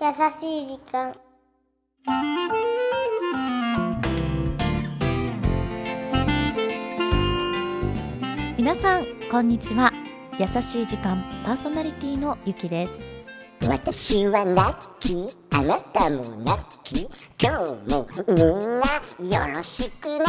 優しい時間。 皆さんこんにちは。優しい時間パーソナリティのゆきです。 私はラッキー、あなたもラッキー、今日もみんなよろしくね。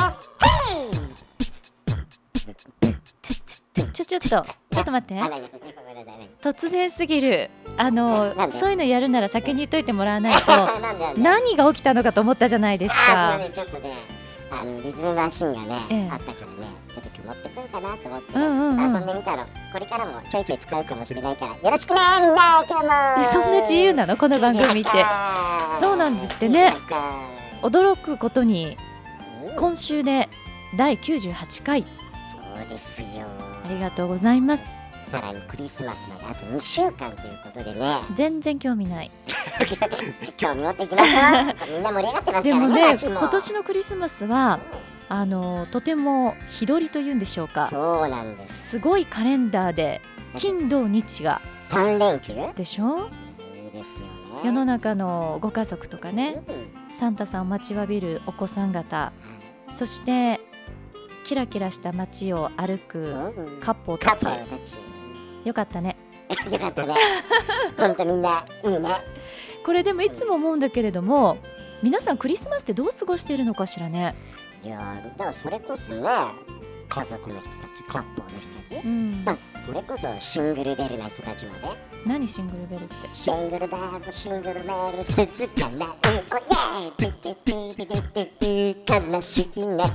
ちょっと待って、突然すぎる。そういうのやるなら先に言っといてもらわないと何が起きたのかと思ったじゃないですか。 ちょっとね、リズムマシンがね、あったからね、ちょっと持ってくるかなと思って、遊んでみたの。これからもちょいちょい使うかもしれないからよろしくね、みんな。今日もそんな自由なのこの番組って。そうなんですってね。驚くことに今週で第98回。 そうですよ。 ありがとうございます。 さらにクリスマスまであと2週間ということでね。 全然興味ない興味持っていきましょう。みんな盛り上がってますからね。 でもね、今年のクリスマスはとても日取りというんでしょうか。 そうなんです。 すごいカレンダーで金土日が 3連休でしょ。 いいですよね。 世の中のご家族とかね、サンタさんを待ちわびるお子さん方、そしてキラキラした街を歩くカッポーたち、よかったねよかったね。ほんとみんないいね。 これでもいつも思うんだけれども、皆さんクリスマスってどう過ごしているのかしらね。 いやだからそれこそね、家族の人たち、カップルの人たち、まあそれこそシングルベルな人たちまで。 何シングルベルって？ シングルベル、シングルベル、鈴かなうんこイェーイ、ピピピピピピピ、悲しいね。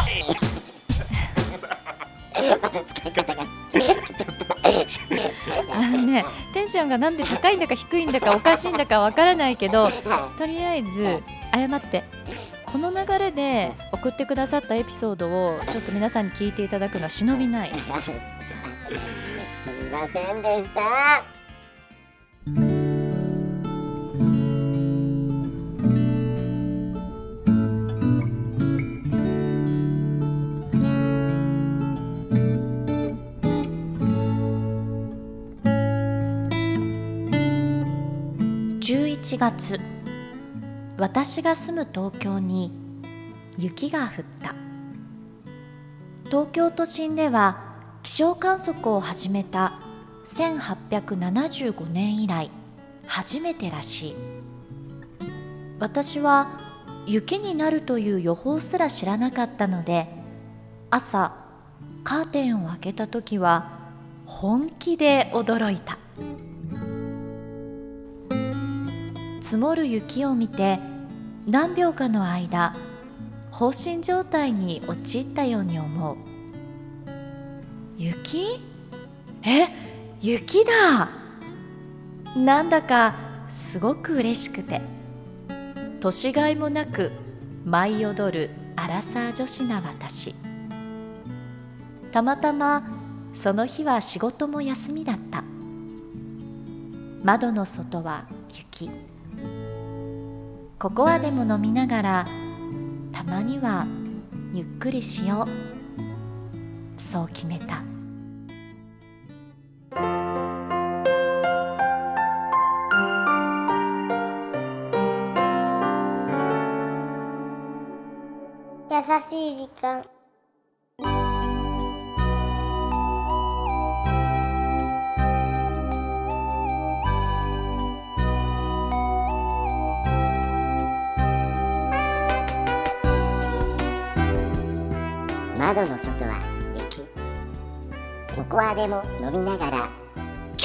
まだ使い方がちょっとね、テンションがなんで高いんだか低いんだかおかしいんだかわからないけど、とりあえず謝って、この流れで送ってくださったエピソードをちょっと皆さんに聞いていただくのは忍びない。 すみませんでした。 11月、私が住む東京に雪が降った。東京都心では気象観測を始めた1875年以来初めてらしい。私は雪になるという予報すら知らなかったので、朝カーテンを開けた時は本気で驚いた。積もる雪を見て何秒かの間放心状態に陥ったように思う。雪？雪だ。なんだかすごく嬉しくて、年がいもなく舞い踊るアラサー女子な私。たまたまその日は仕事も休みだった。窓の外は雪。ココアでも飲みながら、たまにはゆっくりしよう、そう決めた。 優しい時間。 窓の外は雪。ココアでも飲みながらキ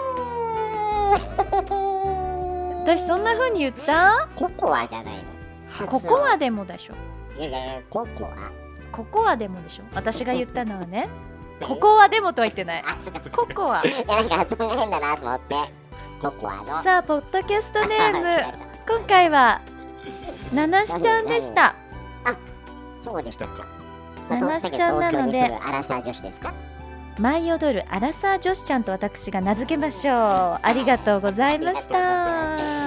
ャー私そんな風に言った？ ココアじゃないの。 ココアでもでしょ。 いやココア。 ココアでもでしょ。私が言ったのはね、ココアでもとは言ってない。ココア。 いやなんか発音が変だなと思って。ココアの。 さあ、ポッドキャストネーム今回はナナシちゃんでした。 あ、そうでしたか。 ナナシちゃんなので、 アラサー女子ですか？ 舞い踊るアラサー女子ちゃんと私が名付けましょう。ありがとうございました。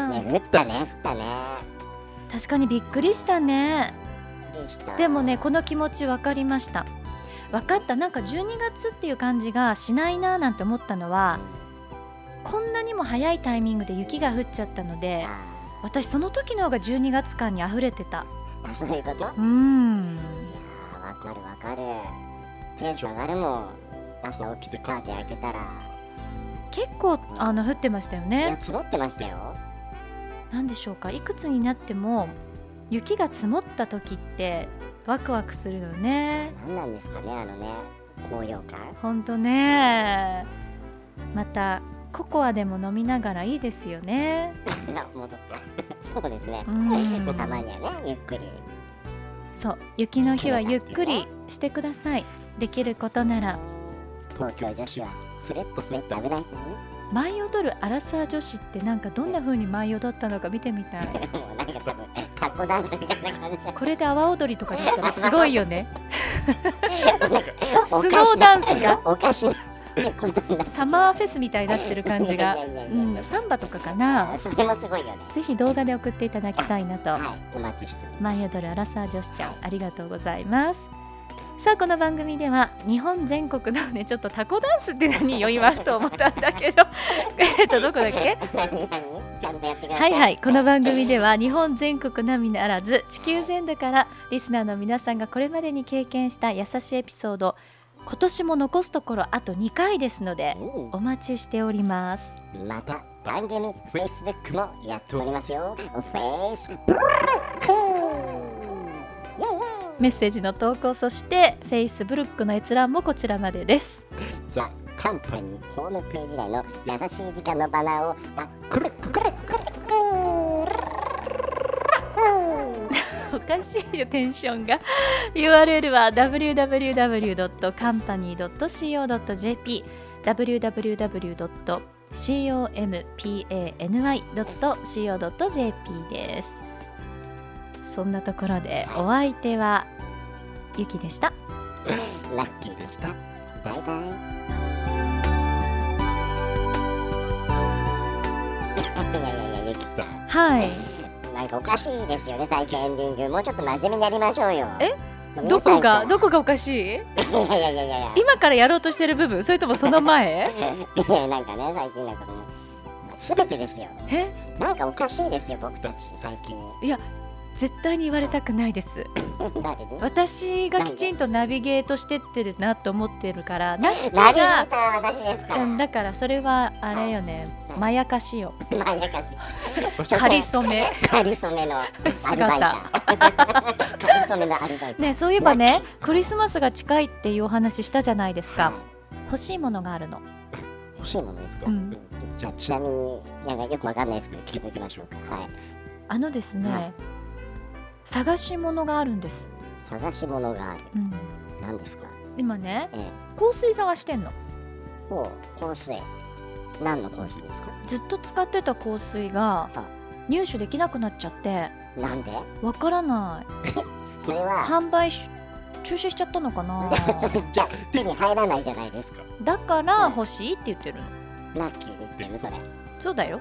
降ったね。 確かにびっくりしたね。でもね、この気持ち分かりました。分かった。なんか12月っていう感じがしないななんて思ったのは、 こんなにも早いタイミングで雪が降っちゃったので、私その時の方が12月間に溢れてた。 そういうこと？いやわかるわかる。テンション上がるもん。朝起きてカーテン開けたら結構降ってましたよね。 いや積もってましたよ。 なんでしょうか、いくつになっても雪が積もった時ってワクワクするよね。 なんなんですかね、高揚感。 ほんとね。またココアでも飲みながらいいですよね。 戻ったそうですね。たまにはね、ゆっくり。 そう、雪の日はゆっくりしてください。できることなら。 東京女子はスレッと滑って危ないからね。 舞い踊るアラサー女子ってなんかどんな風に舞い踊ったのか見てみたい。 もうなんか多分カッコダンスみたいな感じで。 これで阿波踊りとかだったらすごいよね。スノーダンスがおかしいサマーフェスみたいになってる感じが。サンバとかかな。 それもすごいよね。 ぜひ動画で送っていただきたいなと。 はい、お待ちしてます。 舞い踊るアラサー女子ちゃん、ありがとうございます。さあこの番組では日本全国のね、ちょっとタコダンスって何よ今と思ったんだけどどこだっけちゃんとやってくださ。 はいはい、この番組では日本全国のみならず地球全土からリスナーの皆さんがこれまでに経験した優しいエピソード、今年も残すところあと2回ですのでお待ちしております。 また番組 Facebook もやっておりますよ。Facebook メッセージの投稿、そして Facebook の閲覧もこちらまでです。 ザ・カンパニーホームページ内の優しい時間のバナーをクリックおかしいよテンションが。URL は www.company.co.jp www.company.co.jp です。そんなところでお相手はゆきでした。 ラッキーでした。バイバイ。いやゆきさん。 はい。 なんかおかしいですよね、最近エンディング。もうちょっと真面目になりましょうよ。 どこがおかしい？ いや今からやろうとしてる部分、それともその前？ いやなんかね、最近なんかすべてですよ。なんかおかしいですよ、僕たち最近。 いや絶対に言われたくないです。私がきちんとナビゲートしてってるなと思ってるから。ナビゲーターは私ですから。 だからそれはあれよね、まやかしよ。 まやかし。 かりそめ。 かりそめのアルバイター。かりそめのアルバイター。 ね、そういえばね、クリスマスが近いっていうお話したじゃないですか。欲しいものがあるの。 欲しいものですか？じゃあちなみになんかよくわかんないですけど聞いておきましょうか。はい。 ですね。探し物があるんです。 探し物がある。何ですか？ 今ね、香水探してんの。 香水。何の香水ですか？ ずっと使ってた香水が入手できなくなっちゃって。 なんで？ わからない。 それは販売中止しちゃったのかな。 それじゃ手に入らないじゃないですか。 だから欲しいって言ってるの。 ラッキーで言ってるのそれ。 そうだよ。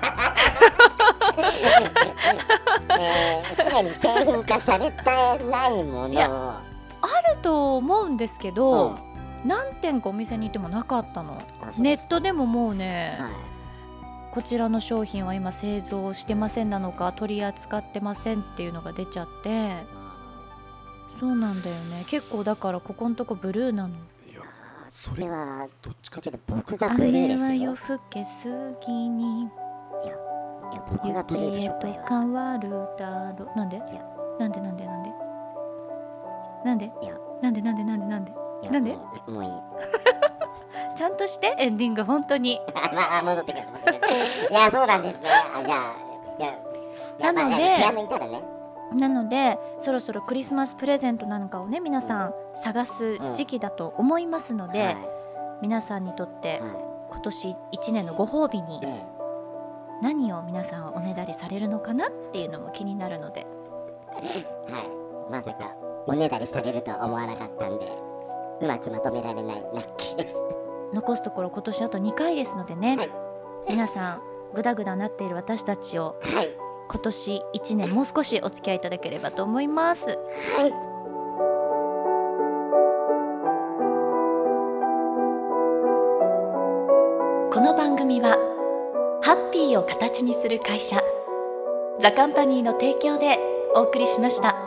すでに製品化されてないものあると思うんですけど、何店かお店に行ってもなかったの。ネットでももうね、こちらの商品は今製造してませんなのか取り扱ってませんっていうのが出ちゃって、そうなんだよね。結構だからここのとこブルーなの。 それはどっちかというと僕がブルーですよ。 あれは夜更けすぎにいや僕がブルーでしょ。 雪へと変わるだろう。なんでなんでもういい。 ちゃんとしてエンディング本当に。 戻ってきます。いやそうなんですね。じゃあなので気が向いたらね。 なのでそろそろクリスマスプレゼントなんかをね皆さん探す時期だと思いますので、皆さんにとって今年1年のご褒美に何を皆さんおねだりされるのかなっていうのも気になるので、 まさかおねだりされるとは思わなかったんでうまくまとめられないラッキーです。 残すところ今年あと2回ですのでね、皆さんグダグダなっている私たちを、今年1年もう少しお付き合いいただければと思います。この番組はッピーを形にする会社ザカンパニーの提供でお送りしました。